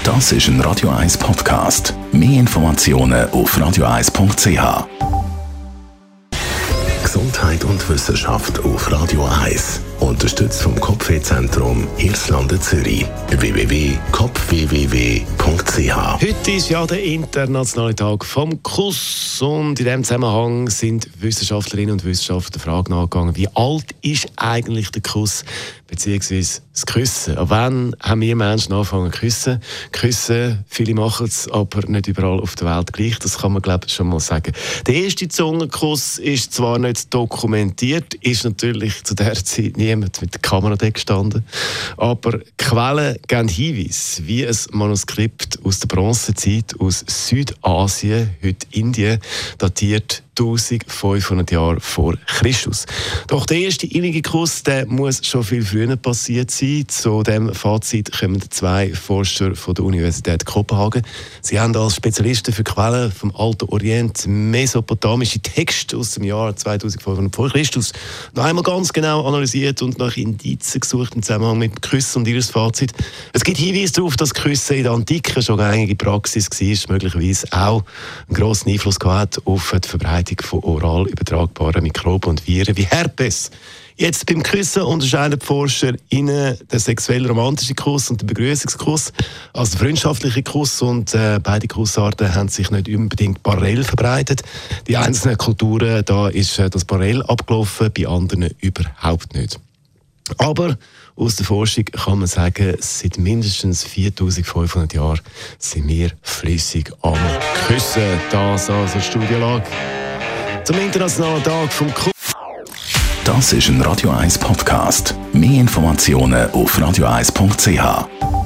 Das ist ein Radio 1 Podcast. Mehr Informationen auf radio1.ch. Gesundheit und Wissenschaft auf Radio 1. Unterstützt vom Kopfwehzentrum Irlande Zürich. www.kopfwww.ch. Heute ist ja der internationale Tag vom Kuss und in diesem Zusammenhang sind Wissenschaftlerinnen und Wissenschaftler der Frage nachgegangen, wie alt ist eigentlich der Kuss bzw. das Küssen? Ab wann haben wir Menschen angefangen zu küssen? Küssen, viele machen es, aber nicht überall auf der Welt gleich, das kann man glaube ich schon mal sagen. Der erste Zungenkuss ist zwar nicht dokumentiert, ist natürlich zu der Zeit niemand mit der Kamera da gestanden, aber Quellen geben Hinweise, wie ein Manuskript aus der Bronzezeit aus Südasien, heute Indien, datiert 1500 Jahre vor Christus. Doch der erste innige Kuss, der muss schon viel früher passiert sein. Zu diesem Fazit kommen zwei Forscher von der Universität Kopenhagen. Sie haben als Spezialisten für Quellen vom Alten Orient mesopotamische Texte aus dem Jahr 2500 vor Christus noch einmal ganz genau analysiert und nach Indizien gesucht im Zusammenhang mit dem Küssen und ihr Fazit. Es gibt Hinweise darauf, dass Küssen in der Antike schon eine gängige Praxis war, möglicherweise auch einen grossen Einfluss gehabt auf die Verbreitung von oral übertragbaren Mikroben und Viren wie Herpes. Jetzt beim Küssen unterscheiden die Forscher den sexuell-romantischen Kuss und den Begrüßungskuss, also den freundschaftlichen Kuss, und beide Kussarten haben sich nicht unbedingt parallel verbreitet. Die einzelnen Kulturen, da ist das parallel abgelaufen, bei anderen überhaupt nicht. Aber aus der Forschung kann man sagen, seit mindestens 4500 Jahren sind wir flüssig am Küssen. Das also Studienlage zum Internationalen Tag vom Kuss. Das ist ein Radio 1 Podcast. Mehr Informationen auf radio1.ch.